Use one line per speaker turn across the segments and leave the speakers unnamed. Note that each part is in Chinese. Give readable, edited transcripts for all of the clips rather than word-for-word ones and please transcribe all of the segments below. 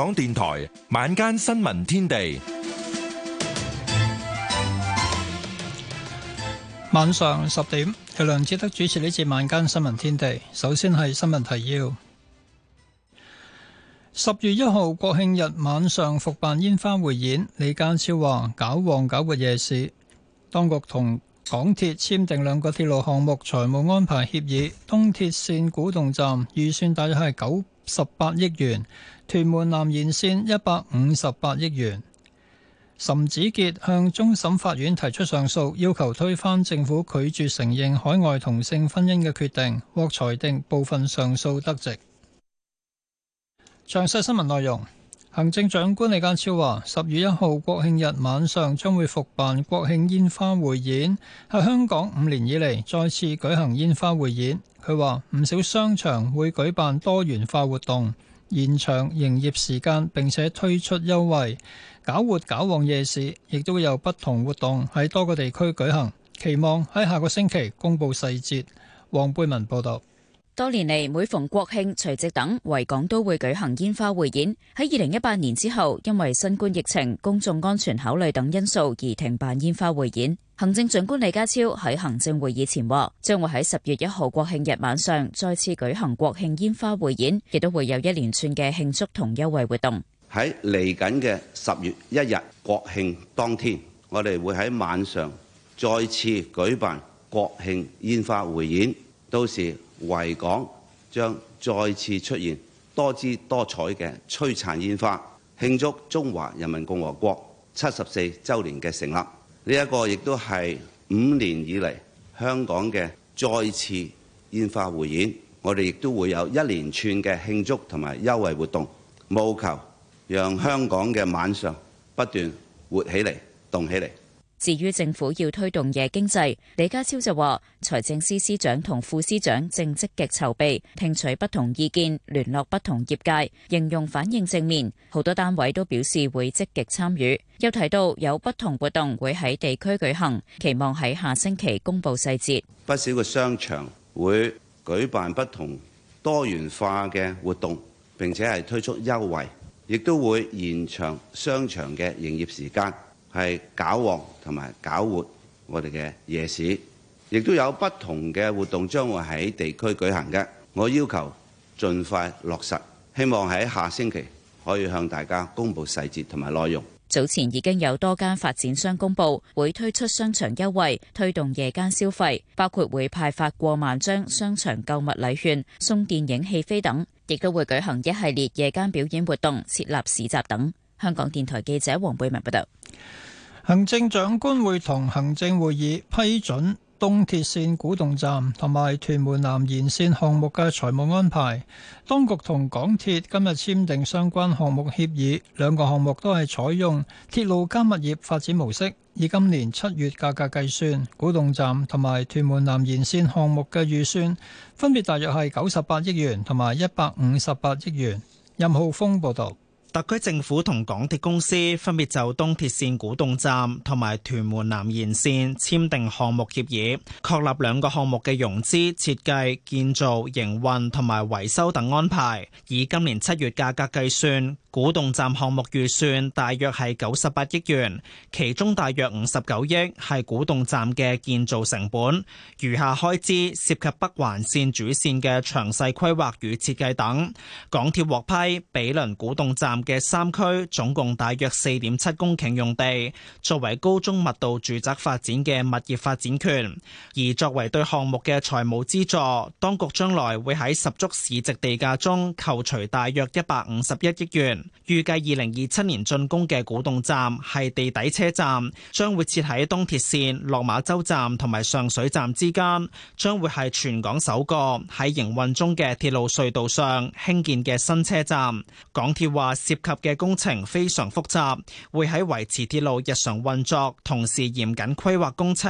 港電台晚間新聞天地，
晚上10點，由梁志德主持呢節晚間新聞天地。首先係新聞提要。10月1號國慶日晚上復辦煙花匯演，李家超話搞旺搞活夜市。當局同港鐵簽訂2個鐵路項目財務安排協議，東鐵綫古洞站預算大約係98億元，屯門南延綫158億元。岑子傑向終審法院提出上訴，要求推翻政府拒絕承認海外同性婚姻嘅決定，獲裁定部分上訴得直。詳細新聞內容，行政長官李家超話10月1號國慶日晚上將會復辦國慶煙花匯演，係香港5年以嚟再次舉行煙花匯演。佢話唔少商場會舉辦多元化活動，延長營業時間，並且推出優惠，搞活搞旺夜市，亦都有不同活動喺多個地區舉行，期望喺下個星期公布細節。黃貝文報道。
多年嚟，每逢國慶、除夕等，維港都會舉行煙花匯演。喺2018年之後，因為新冠疫情、公眾安全考慮等因素而停辦煙花匯演。行政長官李家超喺行政會議前話，將會喺10月1號國慶日晚上再次舉行國慶煙花匯演，亦都會有一連串嘅慶祝同優惠活動。
喺嚟緊嘅10月1日國慶當天，我哋會喺晚上再次舉辦國慶煙花匯演，到時維港將再次出現多姿多彩嘅璀璨煙花，慶祝中華人民共和國74週年嘅成立。呢一個亦都係5年以嚟香港嘅再次煙花匯演。我哋亦都會有一連串嘅慶祝同埋優惠活動，務求讓香港嘅晚上不斷活起嚟、動起嚟。
至於政府要推動夜經濟，李家超就話財政司司長同副司長正積極籌備，聽取不同意見，聯絡不同業界，形容反應正面，好多單位都表示會積極參與。又提到有不同活動會喺地區舉行，期望喺下星期公佈細節。
不少嘅商場會舉辦不同多元化嘅活動，並且係推出優惠，亦都會延長商場嘅營業時間，係搞旺同埋搞活我哋嘅夜市，亦都有不同嘅活動將會喺地區舉行嘅。我要求盡快落實，希望喺下星期可以向大家公布細節同埋內容。
早前已經有多間發展商公佈會推出商場優惠，推動夜間消費，包括會派發過萬張商場購物禮券、送電影戲飛等，亦都會舉行一系列夜間表演活動、設立市集等。香港電台記者黃貝文報道。
行政長官會同行政會議批准東鐵綫古洞站同埋屯門南延綫項目嘅財務安排。當局同港鐵今日簽訂相關項目協議，2個項目都係採用鐵路加物業發展模式，以今年7月價格計算。古洞站同埋屯門南延綫項目嘅預算分別大約係98億元同埋158億元。任浩峰報道。
特區政府同港鐵公司分別就東鐵綫古洞站同埋屯門南延綫簽訂項目協議，確立2個項目嘅融資、設計、建造、營運同埋維修等安排。以今年7月價格計算，古洞站項目預算大約係98億元，其中大約59億係古洞站嘅建造成本，餘下開支涉及北環綫主綫嘅詳細規劃與設計等。港鐵獲批毗鄰古洞站嘅3區總共大約4.7公頃用地，作為高中密度住宅發展嘅物業發展權。而作為對項目嘅財務資助，當局將來會喺十足市值地價中扣除大約151億元。預計2027年竣工嘅古洞站係地底車站，將會設喺東鐵綫落馬洲站同埋上水站之間，將會係全港首個喺營運中嘅鐵路隧道上興建嘅新車站。港鐵話涉及嘅工程非常複雜，會喺維持鐵路日常運作同時嚴謹規劃工程。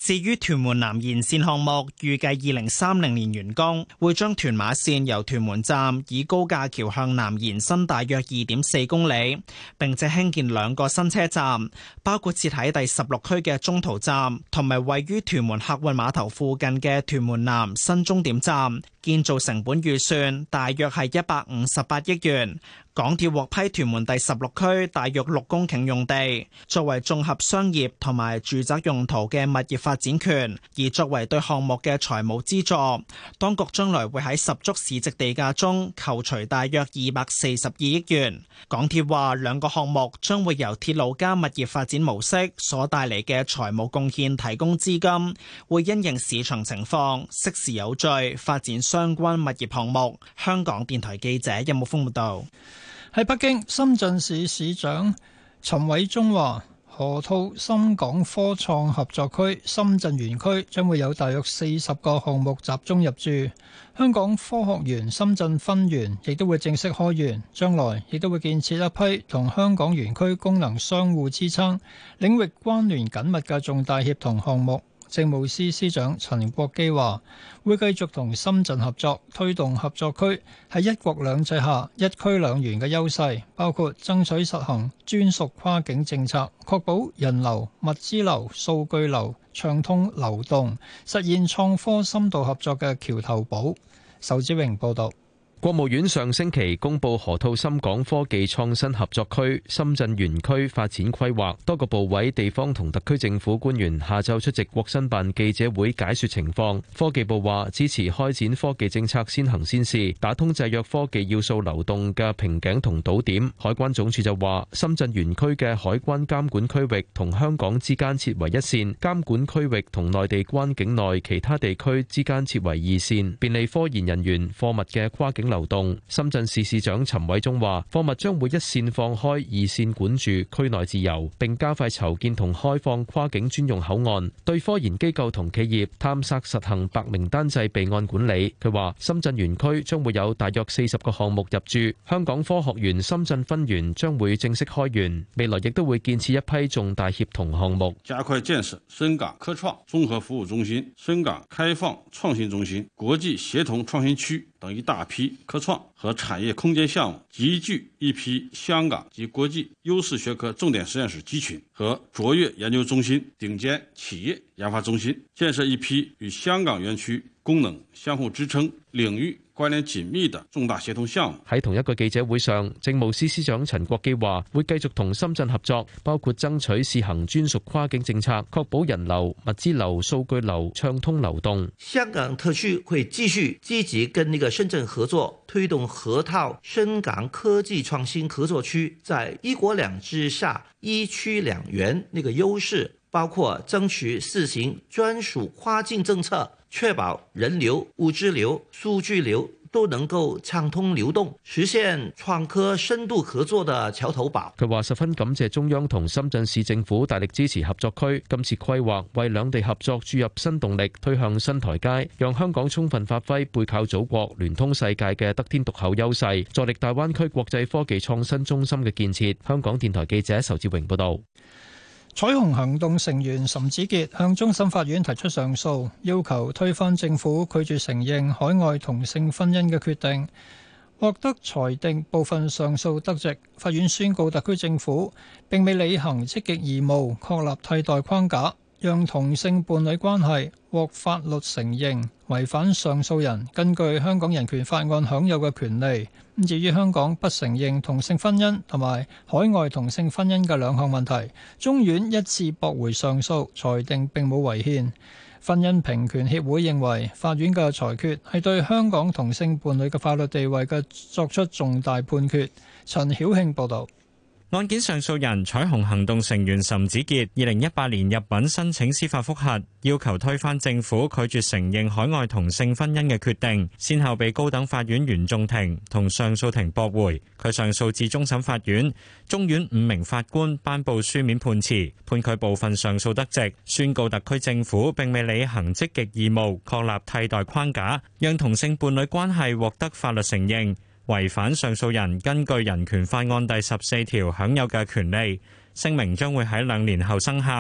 至於屯門南延線項目，預計2030年完工，會將屯馬線由屯門站以高架橋向南延伸大約2.4公里，並且興建2個新車站，包括設喺第16區嘅中途站，同埋位於屯門客運碼頭附近嘅屯門南新終點站。建造成本預算大約係158億元。港鐵獲批屯門第16區大約6公頃用地，作為綜合商業同埋住宅用途嘅物業發展權，而作為對項目嘅財務資助，當局將來會喺十足市值地價中扣除大約242億元。港鐵話2個項目將會由鐵路加物業發展模式所帶嚟嘅財務貢獻提供資金，會因應市場情況適時有序發展相關物業項目。香港電台記者任木峰報道。
喺北京，深圳市市長陳偉忠話，河套深港科創合作區深圳園區將會有大約40個項目集中入駐，香港科學園深圳分園亦都會正式開園，將來亦都會建設一批同香港園區功能相互支撐、領域關聯緊密嘅重大協同項目。政務司司長陳國基話，會繼續同深圳合作，推動合作區喺一國兩制下一區兩園嘅優勢，包括爭取實行專屬跨境政策，確保人流、物資流、數據流暢通流動，實現創科深度合作嘅橋頭堡。仇志榮報導。
國務院上星期公布河套深港科技創新合作區深圳園區發展規劃，多個部委、地方同特區政府官員下晝出席國新辦記者會解說情況。科技部話支持開展科技政策先行先試，打通制約科技要素流動嘅瓶頸同堵點。海關總署就話，深圳園區嘅海關監管區域同香港之間設為一線，監管區域同內地關境內其他地區之間設為二線，便利科研人員、貨物嘅跨境流動。深圳市市長陳偉忠話，貨物將會一線放開，二線管住區內自由，並加快籌建同開放跨境專用口岸，對科研機構同企業探索實行白名單制備案管理。佢話，深圳園區將會有大約40個項目入駐，香港科學園深圳分園將會正式開園，未來亦都會建設一批重大協同項目，
加快建設深港科創綜合服務中心、深港開放創新中心、國際協同創新區等一大批科創和產業空間項目，集聚一批香港及國際優勢學科重點實驗室集群和卓越研究中心、頂尖企業研發中心，建設一批與香港園區功能相互支撐、領域關聯緊密的重大協同項目。
喺同一個記者會上，政務司司長陳國基話，會繼續同深圳合作，包括爭取試行專屬跨境政策，確保人流、物資流、數據流暢通流動。
香港特區會繼續積極跟深圳合作，推動河套深港科技創新合作區在一國兩制下一區兩園優勢，包括爭取試行專屬跨境政策，確保人流、物資流、數據流都能夠暢通流動，實現創科深度合作的橋頭堡。
佢話十分感謝中央同深圳市政府大力支持合作區，今次規劃為兩地合作注入新動力，推向新台階，讓香港充分發揮背靠祖國、聯通世界嘅得天獨厚優勢，助力大灣區國際科技創新中心嘅建設。香港電台記者仇志榮報道。
彩虹行動成員岑子傑向終審法院提出上訴，要求推翻政府拒絕承認海外同性婚姻嘅決定，獲得裁定部分上訴得直。法院宣告特區政府並未履行積極義務，確立替代框架，讓同性伴侶關係獲法律承認，違反上訴人根據香港人權法案享有嘅權利。至於香港不承認同性婚姻同埋海外同性婚姻嘅兩項問題，中院一致駁回上訴，裁定並冇違憲。婚姻平權協會認為法院嘅裁決係對香港同性伴侶嘅法律地位嘅作出重大判決。陳曉慶報導。
案件上訴人彩虹行動成員岑子傑2018年入稟申請司法覆核，要求推翻政府拒絕承認海外同性婚姻嘅決定，先後被高等法院原訟庭同上訴庭駁回。佢上訴至終審法院，中院5名法官頒布書面判詞，判佢部分上訴得直，宣告特區政府並未履行積極義務，確立替代框架，讓同性伴侶關係獲得法律承認，違反上訴人根據人權法案第14條享有嘅權利。聲明將會喺2年後生效。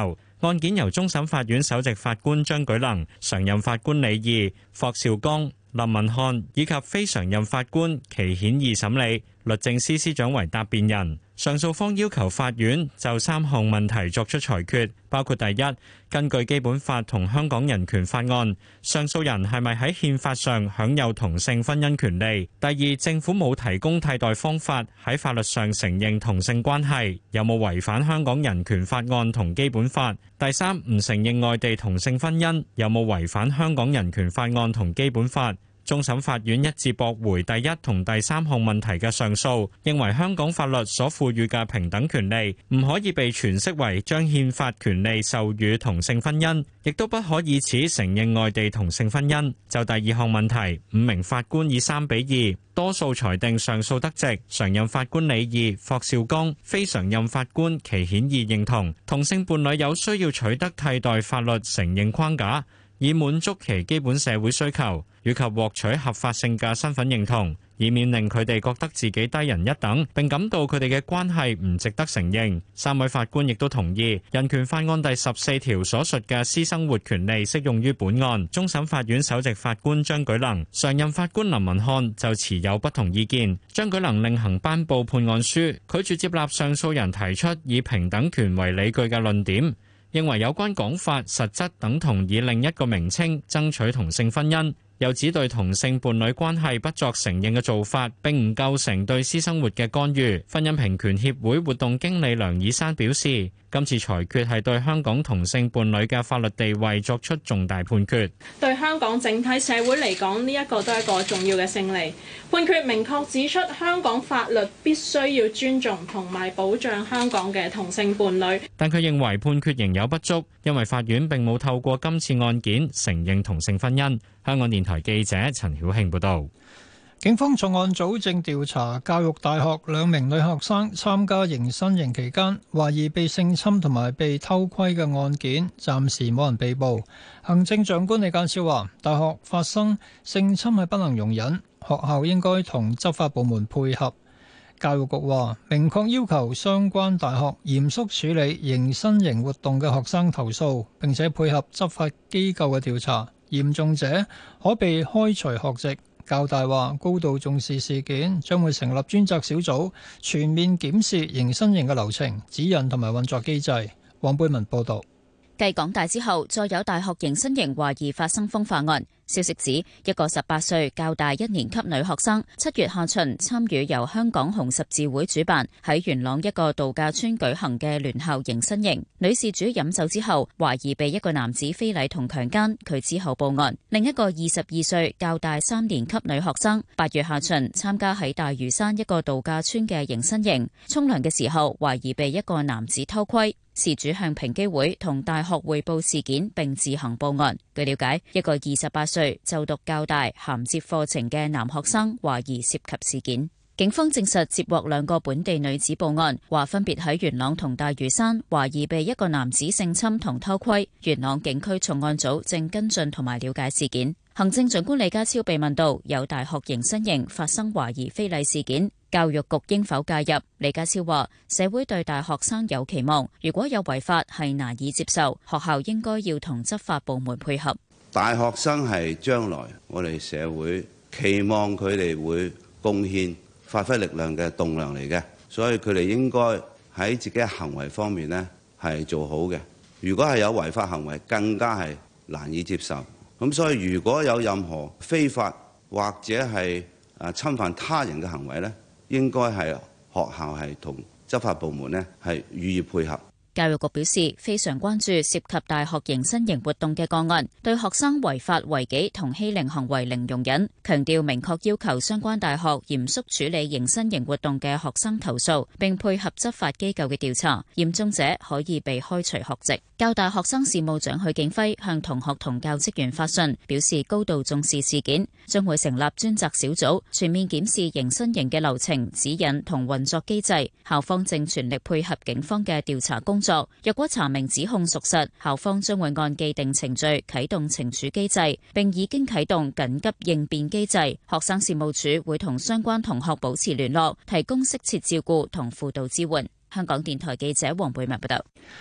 案件由終審法院首席法官張舉能、常任法官李義、霍兆剛、林文瀚以及非常任法官祁顯義審理，律政司司長為答辯人。上訴方要求法院就3項問題作出裁決，包括第一，根據基本法同香港人權法案，上訴人係咪喺憲法上享有同性婚姻權利？第二，政府冇提供替代方法喺法律上承認同性關係，有冇違反香港人權法案同基本法？第三，唔承認外地同性婚姻，有冇違反香港人權法案同基本法？終審法院一致駁回第一同第三項問題嘅上訴，認為香港法律所賦予嘅平等權利唔可以被詮釋為將憲法權利授予同性婚姻，亦都不可以此承認外地同性婚姻。就第二項問題，5名法官以3-2多數裁定上訴得直，常任法官李義、霍兆剛、非常任法官祁顯義認同同性伴侶有需要取得替代法律承認框架，以滿足其基本社會需求，以及獲取合法性嘅身份認同，以免令佢哋覺得自己低人一等，並感到佢哋嘅關係唔值得承認。3位法官亦都同意《人權法案》第14條所述嘅私生活權利適用於本案。終審法院首席法官張舉能、常任法官林文瀚就持有不同意見。張舉能另行頒布判案書，拒絕接納上訴人提出以平等權為理據嘅論點，認為有關講法實質等同以另一個名稱爭取同性婚姻，又指對同性伴侶關係不作承認嘅做法並唔構成對私生活嘅干預。婚姻平權協會活動經理梁以珊表示，今次裁決係對香港同性伴侶嘅法律地位作出重大判決，
對香港整體社會嚟講，呢一個都係一個重要嘅勝利。判決明確指出，香港法律必須要尊重同埋保障香港嘅同性伴侶。
但佢認為判決仍有不足，因為法院並冇透過今次案件承認同性婚姻。香港電台記者陳曉慶報導。
警方重案組正調查教育大學2名女學生參加迎新營期間懷疑被性侵同埋被偷窺嘅案件，暫時冇人被捕。行政長官李家超話：大學發生性侵係不能容忍，學校應該同執法部門配合。教育局話明確要求相關大學嚴肅處理迎新營活動嘅學生投訴，並且配合執法機構嘅調查，嚴重者可被開除學籍。教大話高度重視事件，將會成立專責小組全面檢視迎新營嘅流程、指引同埋運作機制。黃貝文報導。
繼港大之後，再有大學迎新營懷疑發生風化案。消息指，一個18歲教大1年級女學生7月下旬參與由香港紅十字會主辦喺元朗一個度假村舉行嘅聯校迎新營。女事主飲酒之後，懷疑被一個男子非禮同強姦，佢之後報案。另一個22歲教大3年級女學生8月下旬參加喺大嶼山一個度假村嘅迎新營，沖涼嘅時候懷疑被一個男子偷窺。事主向平機會同大學匯報事件並自行報案。據了解，一個28歲就讀教大銜接課程嘅男學生懷疑涉及事件。警方證實接獲2個本地女子報案，話分別喺元朗同大嶼山懷疑被一個男子性侵同偷窺。元朗警區重案組正跟進同埋了解事件。行政長官李家超被問到有大學迎新營發生懷疑非禮事件，教育局應否介入？李家超話：社會對大學生有期望，如果有違法係難以接受，學校應該要同執法部門配合。
大學生係將來我哋社會期望佢哋會貢獻、發揮力量嘅棟樑嚟嘅，所以佢哋應該喺自己嘅行為方面呢係做好嘅。如果係有違法行為，更加係難以接受。咁所以如果有任何非法或者係侵犯他人嘅行為呢，應該係學校係同執法部門呢係予以配合。
教育局表示非常關注涉及大學迎新營活動嘅個案，對學生違法違紀同欺凌行為零容忍，強調明確要求相關大學嚴肅處理迎新營活動嘅學生投訴，並配合執法機構嘅調查，嚴重者可以被開除學籍。教大學生事務長許景輝向同學同教職員發信，表示高度重視事件，將會成立專責小組全面檢視迎新營嘅流程、指引同運作機制。校方正全力配合警方嘅調查工作，若果查明指控屬實，校方將會按既定程序啟動懲處機制，並已經啟動緊急應變機制。學生事務處會同相關同學保持聯絡，提供適切照顧同輔導支援。香港電台記者黃貝文報道。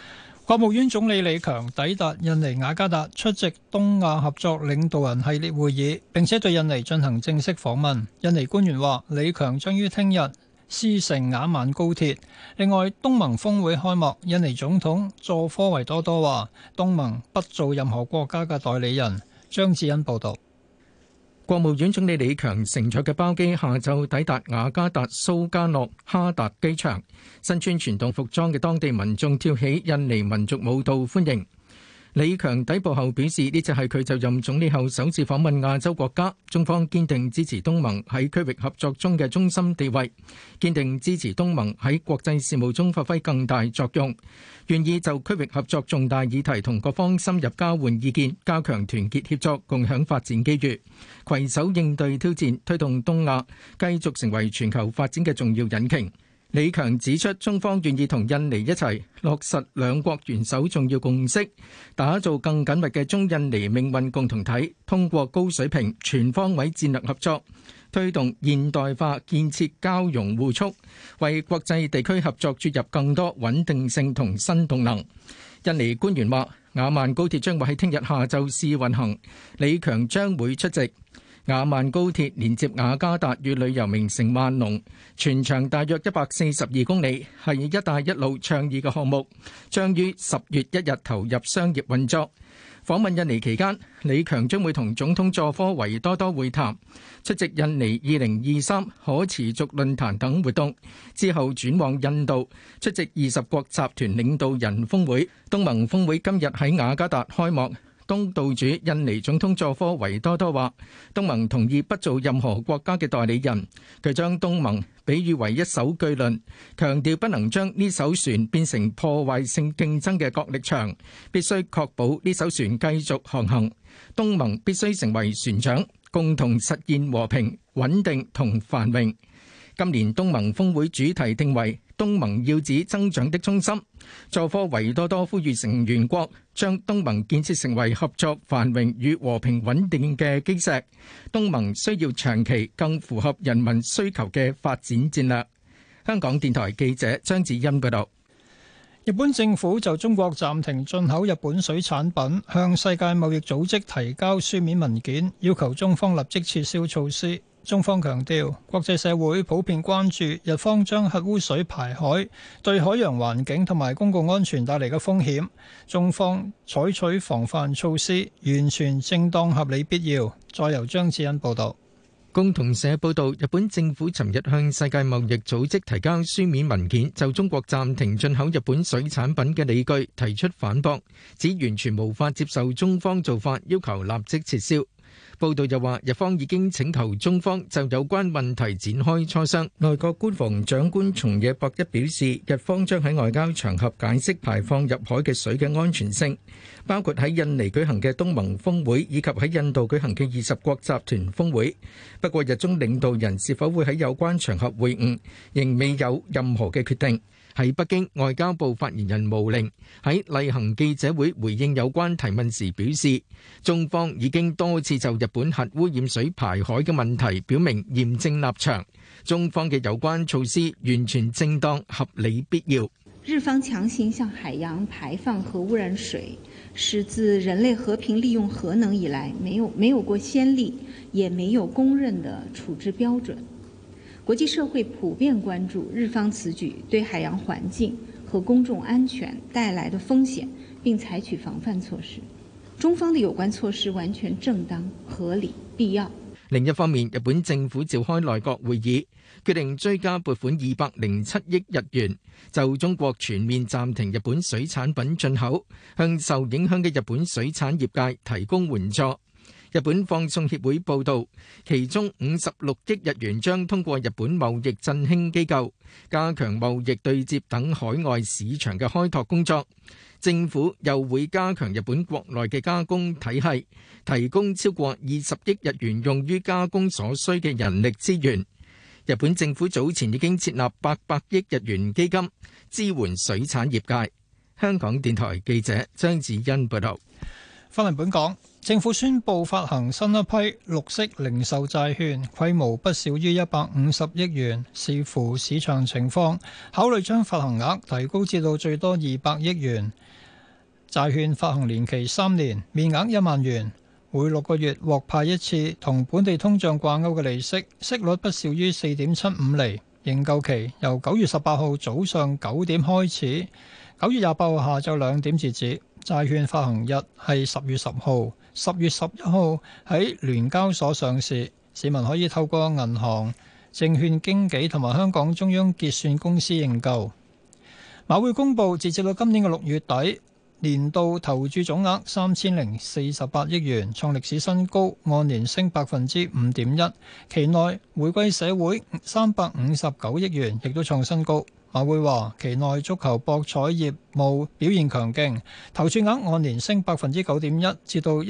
國務院總理李強抵達印尼雅加達出席東亞合作領導人系列會議，並且對印尼進行正式訪問。印尼官員話，李強將於聽日獅城雅萬高鐵。另外，東盟峰會開幕，印尼總統佐科維多多話，東盟不做任何國家嘅代理人。張智恩報導。
國務院總理李強乘坐嘅包機下晝抵達雅加達蘇加諾哈達機場，身穿傳統服裝嘅當地民眾跳起印尼民族舞蹈歡迎。李強抵埗後表示，呢次係佢就任總理後首次訪問亞洲國家，中方堅定支持東盟喺區域合作中嘅中心地位，堅定支持東盟喺國際事務中發揮更大作用，願意就區域合作重大議題同各方深入交換意見，加強團結協作，共享發展機遇，攜手應對挑戰，推動東亞繼續成為全球發展嘅重要引擎。李強指出，中方願意同印尼一齊落實兩國元首重要共識，打造更緊密嘅中印尼命運共同體，通過高水平全方位戰略合作，推動現代化建設交融互促，為國際地區合作注入更多穩定性同新動能。印尼官員話，雅萬高鐵將會喺聽日下晝試運行，李強將會出席。雅萬高鐵連接雅加達與旅遊名城萬隆，全長大約142公里，係一帶一路倡議嘅項目，將於10月1日投入商業運作。訪問印尼期間，李強將會同總統佐科維多多會談，出席印尼2023可持續論壇等活動，之後轉往印度出席20國集團領導人峰會。東盟峰會今日喺雅加達開幕。東道主印尼總統佐科維多多話，東盟同意不做任何國家嘅代理人。佢將東盟比喻為一艘巨輪，強調不能將呢艘船變成破壞性競爭嘅角力場，必須確保呢艘船繼續航行。東盟必須成為船長，共同實現和平、穩定同繁榮。今年東盟峰會主題定為東盟要指增長的中心。佐科維多多呼籲成員國將東盟建設成為合作、繁榮與和平穩定嘅基石。東盟需要長期更符合人民需求嘅發展戰略。香港電台記者張子欣報道。
日本政府就中國暫停進口日本水產品，向世界貿易組織提交書面文件，要求中方立即撤銷措施。中方強調，國際社會普遍關注日方將核污水排海對海洋環境同埋公共安全帶嚟嘅風險，中方採取防範措施完全正當合理必要。再由張智恩報道。
共同社報道，日本政府尋日向世界貿易組織提交書面文件，就中國暫停進口日本水產品嘅理據提出反駁，指完全無法接受中方做法，要求立即撤銷。報道又話，日方已經請求中方就有關問題展開磋商。內閣官房長官松野博一表示，日方將喺外交場合解釋排放入海嘅水嘅安全性，包括喺印尼舉行嘅東盟峰會以及喺印度舉行嘅20國集團峰會。不過，日中領導人是否會喺有關場合會晤，仍未有任何嘅決定。喺北京，外交部發言人毛寧喺例行記者會回應有關提問時表示，中方已經多次就日本核污染水排海嘅問題表明嚴正立場，中方嘅有關措施完全正當、合理必要。
日方強行向海洋排放核污染水，是自人類和平利用核能以來沒有過先例，也沒有公認的處置標準。國際社會普遍關注日方此舉對海洋環境和公眾安全帶來的風險，並採取防範措施。中方的有關措施完全正當、合理、必要。
另一方面，日本政府召開內閣會議，決定追加撥款207億日元，就中國全面暫停日本水產品進口，向受影響嘅日本水產業界提供援助。日本放送協會報導，其中56億日元將通過日本貿易振興機構，加強貿易對接等海外市場嘅開拓工作。政府又會加強日本國內嘅加工體系，提供超過20億日元用於加工所需嘅人力資源。日本政府早前已經設立800億日元基金，支援水產業界。香港電台記者張子欣報道。
翻嚟本港，政府宣布發行新一批綠色零售債券，規模不少於150億元，視乎市場情況，考慮將發行額提高至到最多200億元。 債券發行年期3年，面額1萬元，每6個月獲派一次同本地通脹掛鈎嘅利息，息率不少於4.75厘。認購期由9月18號早上9點開始，9月28號下晝2點截止。債券發行日係10月10號，10月11號喺聯交所上市。市民可以透過銀行、證券經紀同埋香港中央結算公司認購。馬會公佈截至到今年嘅6月底，年度投注總額3048億元，創歷史新高，按年升5.1%。期內回歸社會359億元，亦都創新高。馬會話期內足球博彩業務表現強勁，投注額按年升9.1%，至到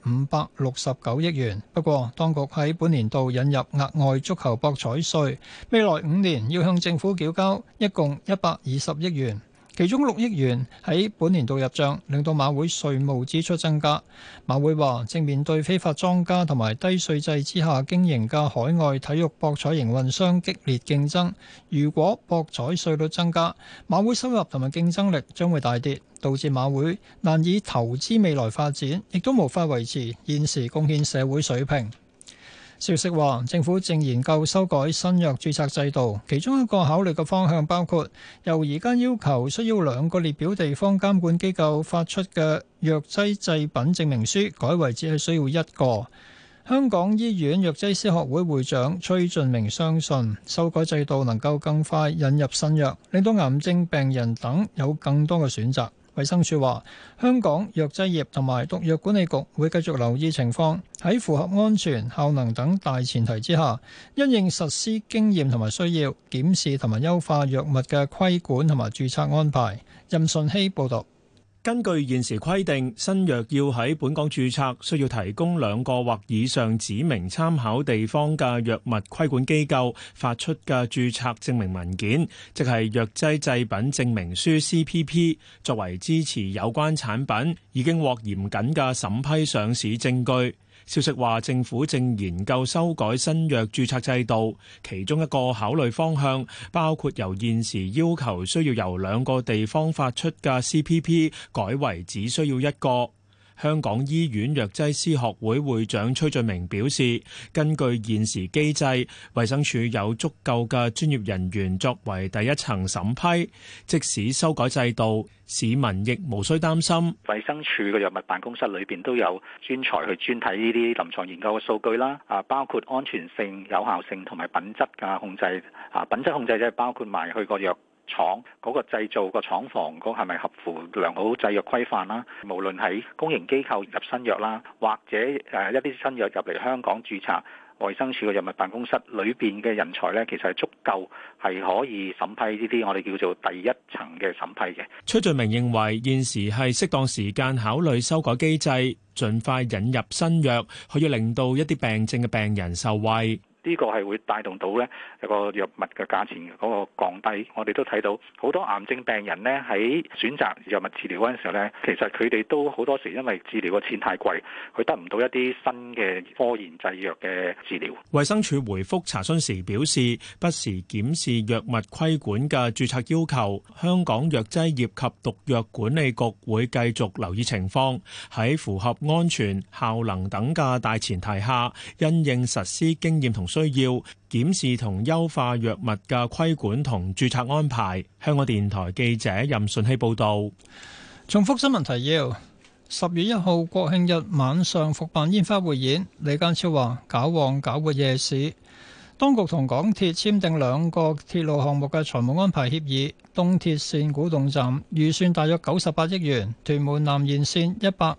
1569億元。不過，當局喺本年度引入額外足球博彩稅，未來5年要向政府繳交一共120億元。其中6億元喺本年度入帳，令到馬會稅務支出增加。馬會話正面對非法莊家同埋低稅制之下經營嘅海外體育博彩營運商激烈競爭。如果博彩稅率增加，馬會收入同埋競爭力將會大跌，導致馬會難以投資未來發展，亦都無法維持現時貢獻社會水平。消息話，政府正研究修改新藥註冊制度，其中一個考慮嘅方向包括由而家要求需要2個列表地方監管機構發出嘅藥劑製品證明書，改為只係需要1個。香港醫院藥劑師學會會長崔俊明相信，修改制度能夠更快引入新藥，令到癌症病人等有更多嘅選擇。衛生署話，香港藥劑業同埋毒藥管理局會繼續留意情況，喺符合安全、效能等大前提之下，因應實施經驗同埋需要，檢視同埋優化藥物嘅規管同埋註冊安排。任順希報導。
根據現時規定，新藥要喺本港註冊，需要提供2個或以上指明參考地方嘅藥物規管機構發出嘅註冊證明文件，即係藥劑製品證明書 CPP， 作為支持有關產品已經獲嚴謹嘅審批上市證據。消息話，政府正研究修改新藥註冊制度，其中一個考慮方向包括由現時要求需要由2個地方發出嘅 CPP 改為只需要1個。香港醫院藥劑師學會會長崔俊明表示，根據現時機制，衛生署有足夠嘅專業人員作為第一層審批，即使修改制度，市民亦無需擔心。
衛生署嘅藥物辦公室裏邊都有專才去專睇呢啲臨床研究嘅數據啦，包括安全性、有效性同埋品質嘅控制。品質控制即係包括埋去個藥廠嗰個製造個廠房嗰係咪合乎良好製藥規範啦？無論喺公營機構入新藥啦，或者一啲新藥入嚟香港註冊，衛生署嘅藥物辦公室裏邊嘅人才呢，其實係足夠係可以審批呢啲我哋叫做第一層嘅審批嘅。
崔俊明認為現時係適當時間考慮修改機制，盡快引入新藥，可以令到一啲病症嘅病人受惠。
呢個係會帶動到呢一個藥物嘅價錢嗰個降低。我哋都睇到好多癌症病人呢喺選擇藥物治療嗰陣時候呢，其實佢哋都好多時因為治療個錢太貴，佢得唔到一啲新嘅科研製藥嘅治療。
衛生署回覆查詢時表示，不時檢視藥物規管嘅註冊要求。香港藥劑業及毒藥管理局會繼續留意情況，喺符合安全、效能等嘅大前提下，因應實施經驗同需要，檢視同優化藥物嘅規管同註冊安排。香港電台記者任順希報導。
重複新聞提要：10月1號國慶日晚上復辦煙花匯演，李家超話搞旺搞活夜市。當局同港鐵簽訂2個鐵路項目嘅財務安排協議，東鐵線古洞站預算大約98億元，屯門南延線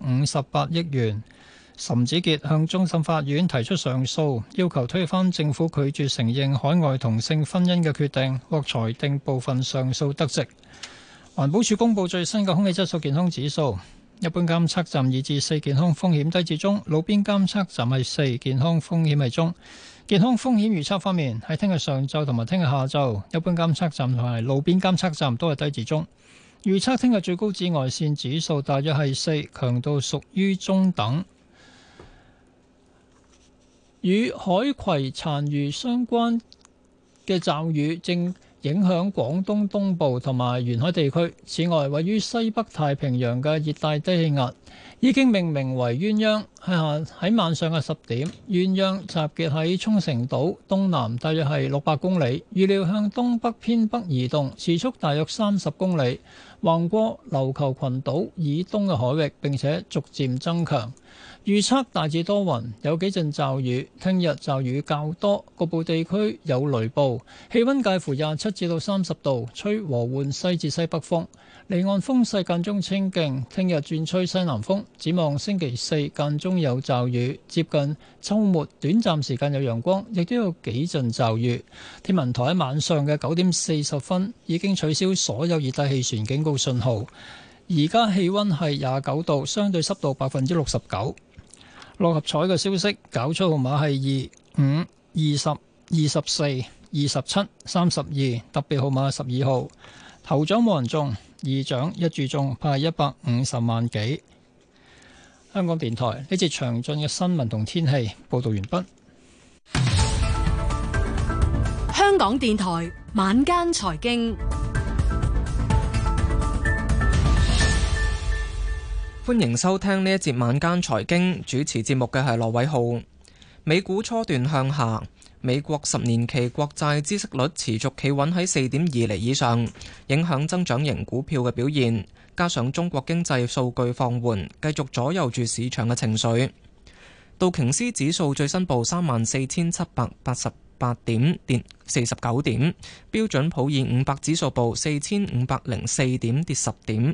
158億元。岑子傑向終審法院提出上訴，要求推翻政府拒絕承認海外同性婚姻嘅決定，獲裁定部分上訴得直。環保署公布最新嘅空氣質素健康指數，一般監測站2至4健康風險低至中，路邊監測站係4健康風險係中。健康風險預測方面，喺聽日上晝同埋聽日下晝，一般監測站同埋路邊監測站都係低至中。預測聽日最高紫外線指數大約係4，強度屬於中等。與海葵殘餘相關嘅驟雨正影響廣東東部同埋沿海地區。此外，位於西北太平洋嘅熱帶低氣壓已經命名為鴛鴦，喺晚上嘅10點，鴛鴦集結喺沖繩島東南，大約係600公里，預料向東北偏北移動，時速大約30公里，橫過琉球群島以東嘅海域，並且逐漸增強。預測大致多雲，有幾陣驟雨。聽日驟雨較多，局部地區有雷暴。氣溫介乎27至到30度，吹和緩西至西北風。離岸風勢間中清勁。聽日轉吹西南風。展望星期四間中有驟雨，接近週末短暫時間有陽光，亦都有幾陣驟雨。天文台喺晚上嘅9點40分已經取消所有熱帶氣旋警告信號。而家氣溫係29度，相對濕度69%。六合彩嘅消息，攪出號碼係2、5、20、24、27、32，特別號碼12號。頭獎冇人中，二獎一注中，派150萬幾。香港電台呢節詳盡嘅新聞同天氣報道完畢。
香港電台晚間財經。
歡迎收聽呢一節晚間財經，主持節目嘅係羅偉浩。美股初段向下，美國10年期國債孳息率持續企穩喺4.2厘以上，影響增長型股票嘅表現。加上中國經濟數據放緩，繼續左右住市場嘅情緒。道瓊斯指數最新報34,788點，跌49點；標準普爾500指數報4,504點，跌10點。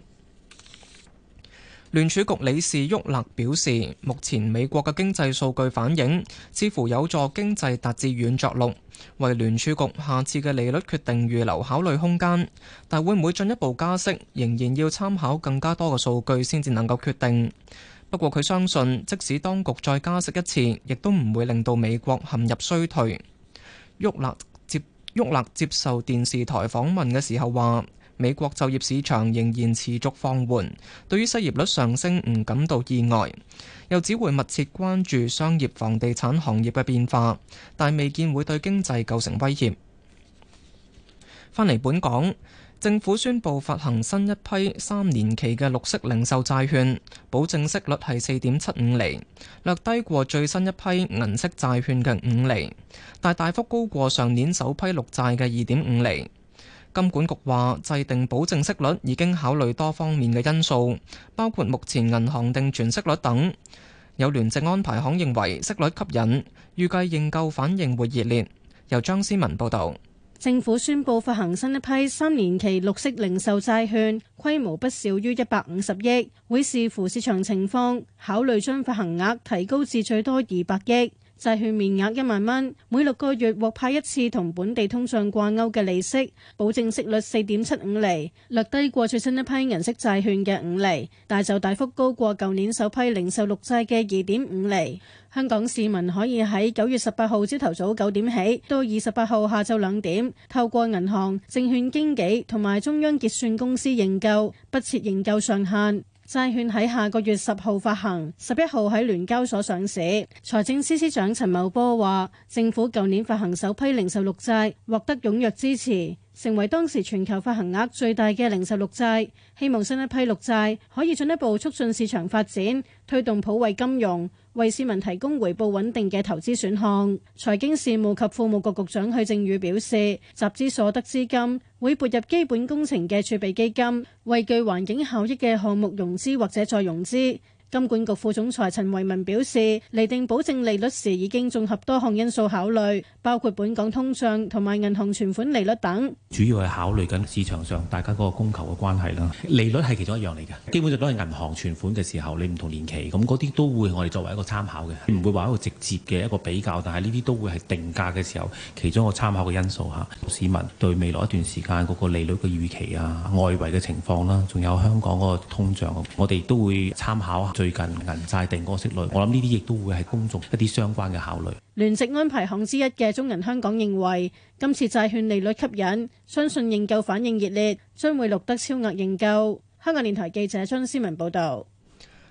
聯儲局理事沃勒表示，目前美國嘅經濟數據反映似乎有助經濟達至軟着陸，為聯儲局下次嘅利率決定預留考慮空間，但會唔會進一步加息，仍然要參考更加多嘅數據先至能夠決定。不過佢相信，即使當局再加息一次，亦都唔會令到美國陷入衰退。沃勒接受電視台訪問嘅時候話，美國就業市場仍然持續放緩，對於失業率上升唔感到意外，又只會密切關注商業房地產行業嘅變化，但未見會對經濟構成威脅。返嚟本港，政府宣布發行新一批3年期嘅綠色零售債券，保證息率係4.75厘，略低過最新一批銀色債券嘅5厘，但大幅高過上年首批綠債嘅2.5厘。金管局話，制定保證息率已經考慮多方面嘅因素，包括目前銀行定存息率等。有聯席安排行認為息率吸引，預計認購反應會熱烈。由張思文報導。
政府宣布發行新一批3年期綠色零售債券，規模不少於150億，會視乎市場情況，考慮將發行額提高至最多200億。債券面額1萬蚊，每6個月獲派一次同本地通脹掛鈎嘅利息，保證息率4.75厘，略低過最新一批銀色債券嘅5厘，但就大幅高過舊年首批零售綠債嘅2.5厘。香港市民可以喺9月18號朝頭早9點起到28號下晝2點，透過銀行、證券經紀同埋中央結算公司認購，不設認購上限。債券喺下個月10號發行，11號喺聯交所上市。財政司司長陳茂波話，政府舊年發行首批零售綠債，獲得踴躍支持，成為當時全球發行額最大嘅零售綠債。希望新一批綠債可以進一步促進市場發展，推動普惠金融，為市民提供回報穩定嘅投資選項。財經事務及庫務局局長許正宇表示，集資所得資金會撥入基本工程嘅儲備基金，為具環境效益嘅項目融資或者再融資。金管局副總裁陳維文表示，釐定保證利率時已經綜合多項因素考慮，包括本港通脹同埋銀行存款利率等。
主要係考慮緊市場上大家嗰個供求嘅關係啦。利率係其中一樣嚟嘅，基本上都係銀行存款嘅時候，你唔同年期咁嗰啲都會我哋作為一個參考嘅，唔會話一個直接嘅一個比較，但係呢啲都會係定價嘅時候其中一個參考嘅因素嚇。市民對未來一段時間嗰個利率嘅預期啊、外圍嘅情況啦，仲有香港嗰個通脹，我哋都會參考最近銀債定嗰個息率，我諗呢啲亦都會係公眾一啲相關嘅考慮。
聯席安排行之一嘅中銀香港認為，今次債券利率吸引，相信認購反應熱烈，將會錄得超額認購。香港電台記者張思文報導。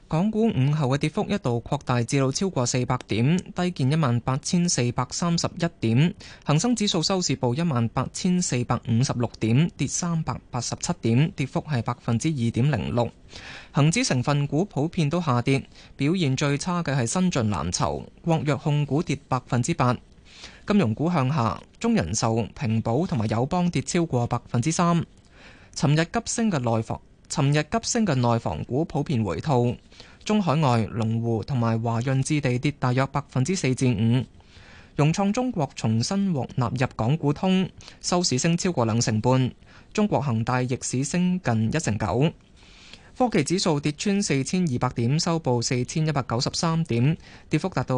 港股午後嘅跌幅一度擴大至到超過400點，低見18,431點。恒生指數收市報18,456點，跌387點，跌幅係2.06%。恒指成分股普遍都下跌，表現最差嘅係新晉藍籌，國藥控股跌8%。金融股向下，中人壽、平保同埋友邦跌超過3%。尋日急升嘅內房股普遍回吐，中海外、龍湖同埋華潤置地跌大約4%至5%。融創中國重新獲納入港股通，收市升超過2成半。中國恒大逆市升近1成9。科技指數跌穿4200點，收報4193點，跌幅達到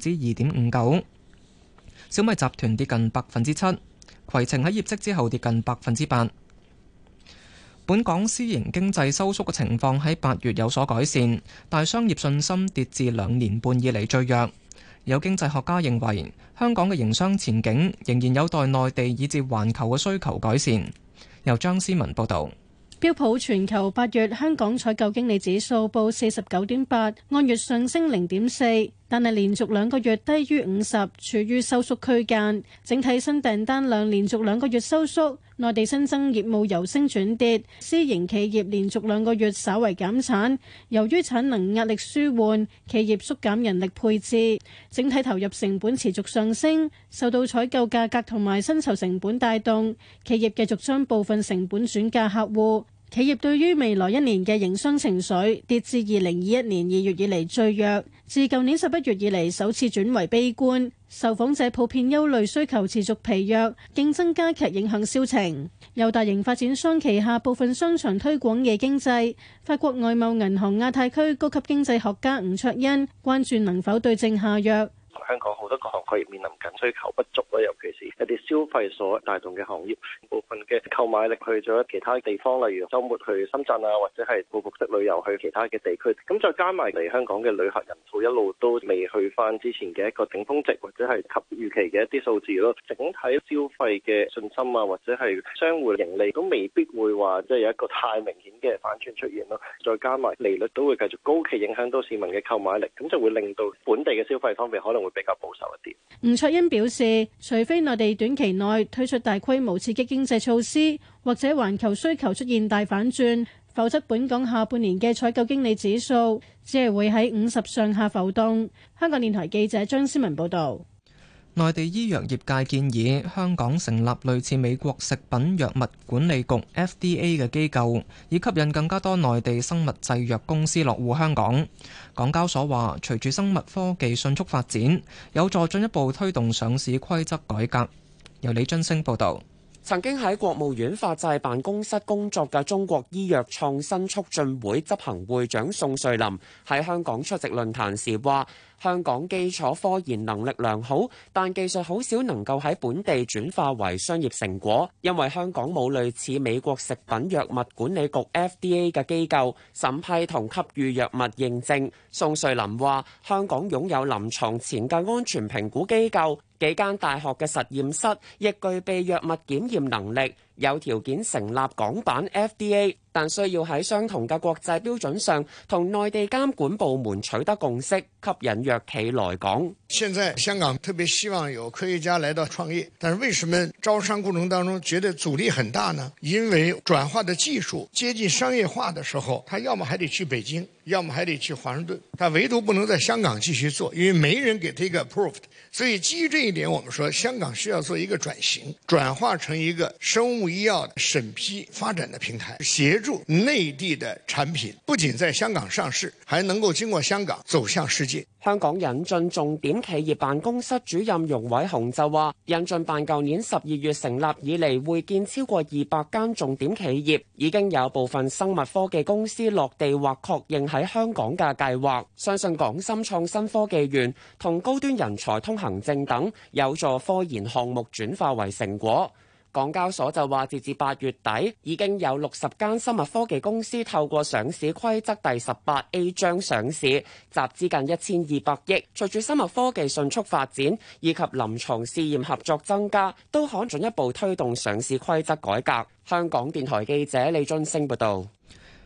2.59%。小米集團跌近7%，攜程喺業績之後跌近8%。本港私營經濟收縮嘅情況喺8月有所改善，但商業信心跌至2年半以嚟最弱。有經濟學家認為，香港嘅營商前景仍然有待內地以至環球嘅需求改善。由張思文報導。
標普全球8月香港採購經理指數報49.8，按月上升0.4，但係連續2個月低於50，處於收縮區間。整體新訂單量連續2個月收縮，內地新增業務由升轉跌，私營企業連續2個月稍為減產。由於產能壓力舒緩，企業縮減人力配置，整體投入成本持續上升，受到採購價格同埋薪酬成本帶動，企業繼續將部分成本轉嫁客戶。企業對於未來1年嘅營商情緒跌至2021年2月以嚟最弱，自舊年11月以嚟首次轉為悲觀。受訪者普遍憂慮需求持續疲弱，競爭加劇影響銷情。有大型發展商旗下部分商場推廣夜經濟。法國外貿銀行亞太區高級經濟學家吳卓恩關注能否對症下藥。
香港好多個行業面臨緊需求不足啦，尤其是一啲消費所帶動嘅行業，部分嘅購買力去咗其他地方，例如週末去深圳啊，或者係報復式旅遊去其他嘅地區。咁再加埋嚟香港嘅旅客人數一路都未去翻之前嘅一個頂峰值，或者係及預期嘅一啲數字咯。整體消費嘅信心啊，或者係商戶盈利都未必會話即係有一個太明顯嘅反轉出現咯。再加埋利率都會繼續高企，影響到市民嘅購買力，咁就會令到本地嘅消費方面可能會比較保守一啲。
吳卓恩表示，除非內地短期內推出大規模刺激經濟措施，或者環球需求出現大反轉，否則本港下半年嘅採購經理指數只係會喺50上下浮動。香港電台記者張思文報道。
內地醫藥業界建議香港成立類似美國食品藥物管理局 FDA 嘅機構，以吸引更加多內地生物製藥公司落戶香港。港交所話，隨住生物科技迅速發展，有助進一步推動上市規則改革。由李津升報導。
曾經喺國務院法制辦公室工作嘅中國醫藥創新促進會執行會長宋瑞林喺香港出席論壇時話，香港基礎科研能力良好，但技術好少能夠喺本地轉化為商業成果，因為香港冇類似美國食品藥物管理局 FDA 嘅機構審批同給予藥物認證。宋瑞林話，香港擁有臨床前嘅安全評估機構，幾間大學嘅實驗室亦具備藥物檢驗能力，有條件成立港版 FDA， 但需要喺相同嘅國際標準上同內地監管部門取得共識，吸引藥企來港。
現在香港特別希望有科學家來到創業，但是為什麼招商過程當中覺得阻力很大呢？因為轉化的技術接近商業化的時候，他要麼還得去北京，要麼還得去華盛頓，他唯獨不能在香港繼續做，因為沒人給他一個 approved。所以基於這一點，我們說香港需要做一個轉型，轉化成一個生物醫藥審批發展的平台，協助內地的產品不僅在香港上市，還能夠經過香港走向世界。
香港引進重點企業辦公室主任容偉雄就話，引進辦舊年12月成立以嚟，會見超過200間重點企業，已經有部分生物科技公司落地或確認喺香港嘅計劃。相信港深創新科技園同高端人才通行證等，有助科研項目轉化為成果。港交所就話，截至8月底，已經有60間生物科技公司透過上市規則第 18A 章上市，集資近1200億。隨住生物科技迅速發展，以及臨床試驗合作增加，都可進一步推動上市規則改革。香港電台記者李津升報導。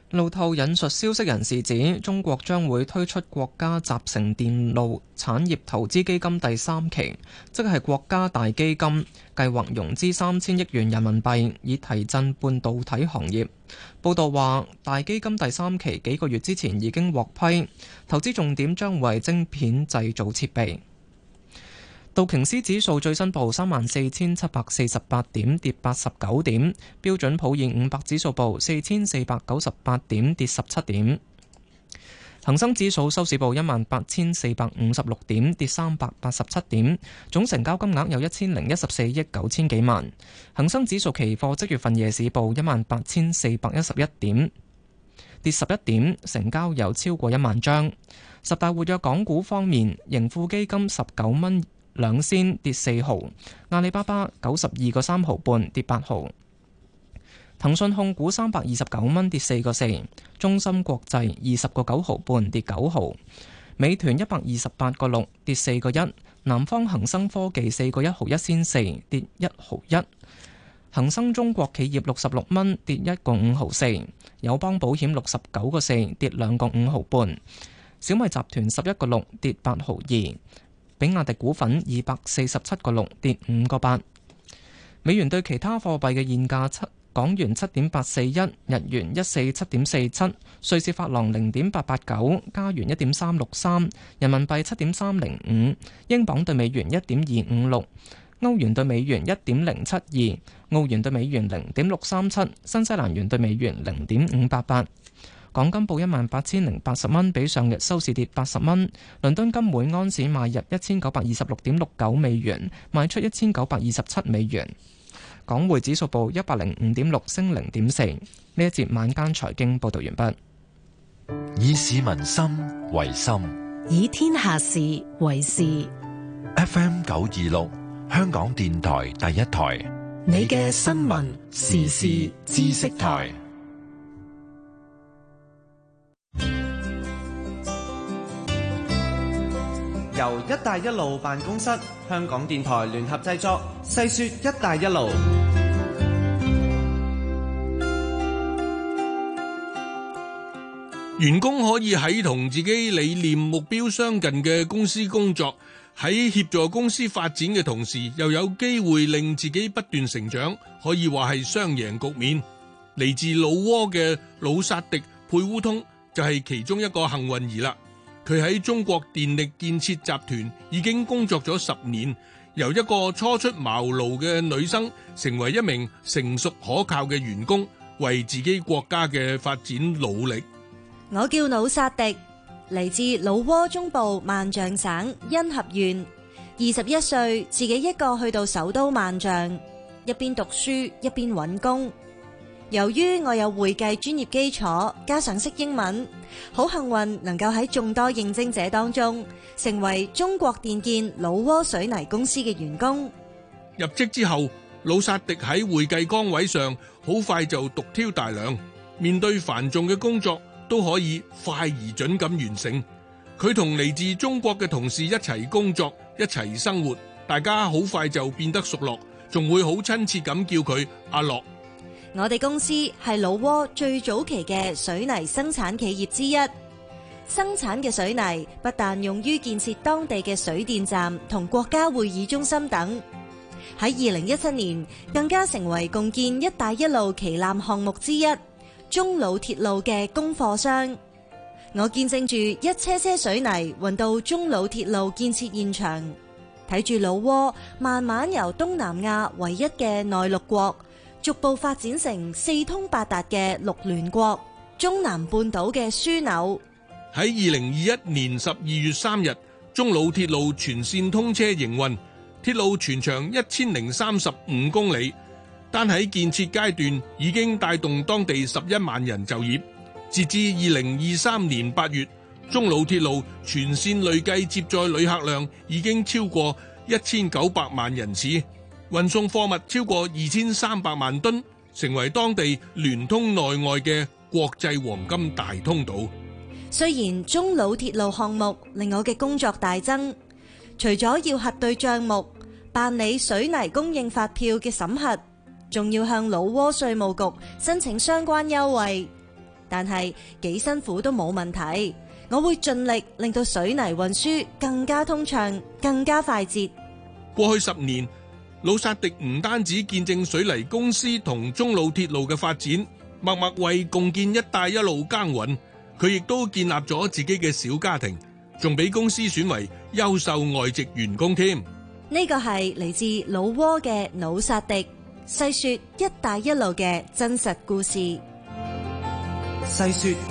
路透引述消息人士指，中國將會推出國家集成電路產業投資基金第3期，即係國家大基金，計劃融資3000億元人民幣，以提振半導體行業。報道話，大基金第3期幾個月之前已經獲批，投資重點將為晶片製造設備。道瓊斯指數最新報34,748點，跌89點；標準普爾500指數報4,498點，跌17點；恒生指數收市報18,456點，跌387點，總成交金額有1014億9千幾萬。恒生指數期貨即月份夜市報18,411點，跌11點，成交有超過1萬張。十大活躍港股方面，盈富基金19蚊2仙跌4毫，阿里巴巴92個3毫半跌8毫，騰訊控股329蚊跌4個4，中芯國際20個9毫半跌9毫，美團128個6跌4個1，南方恒生科技4個1毫1仙4跌1毫1，恒生中國企業66蚊跌1個5毫4，友邦保險69個4跌2個5毫半，小米集團11個6跌8毫2。比亞迪股份247個6跌5個8，美元對其他貨幣嘅現價港元7.841，日元147.47，瑞士法郎0.889，加元1.363，人民幣7.305，英鎊對美元1.256，歐元對美元1.072，澳元對美元0.637，新西蘭元對美元0.588。港金報18,080蚊，比上日收市跌80蚊。倫敦金每安士買入1926.69美元，賣出1927美元。港匯指數報105.6，升0.4。呢一節晚間財經報道完畢。
以市民心為心，
以天下事為事。
FM 926，香港電台第一台，
你嘅新聞時事知識台。
由一帶一路辦公室、香港電台聯合製作，細說一帶一路。
員工可以喺同自己理念目標相近嘅公司工作，喺協助公司發展嘅同時，又有機會令自己不斷成長，可以話係雙贏局面。嚟自老撾嘅魯薩迪佩烏通就係其中一個幸運兒啦。佢喺中國電力建設集團已經工作咗10年，由一個初出茅廬嘅女生成為一名成熟可靠嘅員工，為自己國家嘅發展努力。
我叫魯薩迪，嚟自老撾中部萬象省因合縣，21歲，自己一個去到首都萬象，一邊讀書一邊揾工。由於我有會計專業基礎，加上識英文，好幸運能夠喺眾多應徵者當中，成為中國電建老撾水泥公司嘅員工。
入職之後，魯薩迪喺會計崗位上好快就獨挑大梁，面對繁重嘅工作都可以快而準咁完成。佢同嚟自中國嘅同事一齊工作，一齊生活，大家好快就變得熟絡，仲會好親切咁叫佢阿樂。
我哋公司係老撾最早期嘅水泥生產企業之一，生產嘅水泥不但用於建設當地嘅水電站同國家會議中心等，喺2017年更加成為共建一帶一路旗艦項目之一中老鐵路嘅供貨商。我見證住一車車水泥運到中老鐵路建設現場，睇住老撾慢慢由東南亞唯一嘅內陸國逐步發展成四通八達嘅陸聯國，中南半島嘅樞紐。
喺2021年12月3日，中老鐵路全線通車營運，鐵路全長1035公里，單喺建設階段已經帶動當地11萬人就業。截至2023年8月，中老鐵路全線累計接載旅客量已經超過1900萬人次，運送貨物超過2300萬噸，成為當地聯通內外嘅國際黃金大通道。
雖然中老鐵路項目令我嘅工作大增，除咗要核對賬目、辦理水泥供應發票嘅審核，仲要向老撾稅務局申請相關優惠。 但係幾辛苦都冇問題。我會盡力令到水泥運輸更加通暢、更加快捷。
過去10年，魯薩迪唔單止見證水泥公司同中老鐵路嘅發展，默默為共建一帶一路耕耘。佢亦都建立咗自己嘅小家庭，仲俾公司選為優秀外籍員工添。
呢個係嚟自老撾嘅魯薩迪，細說一帶一路嘅真實故事。
細說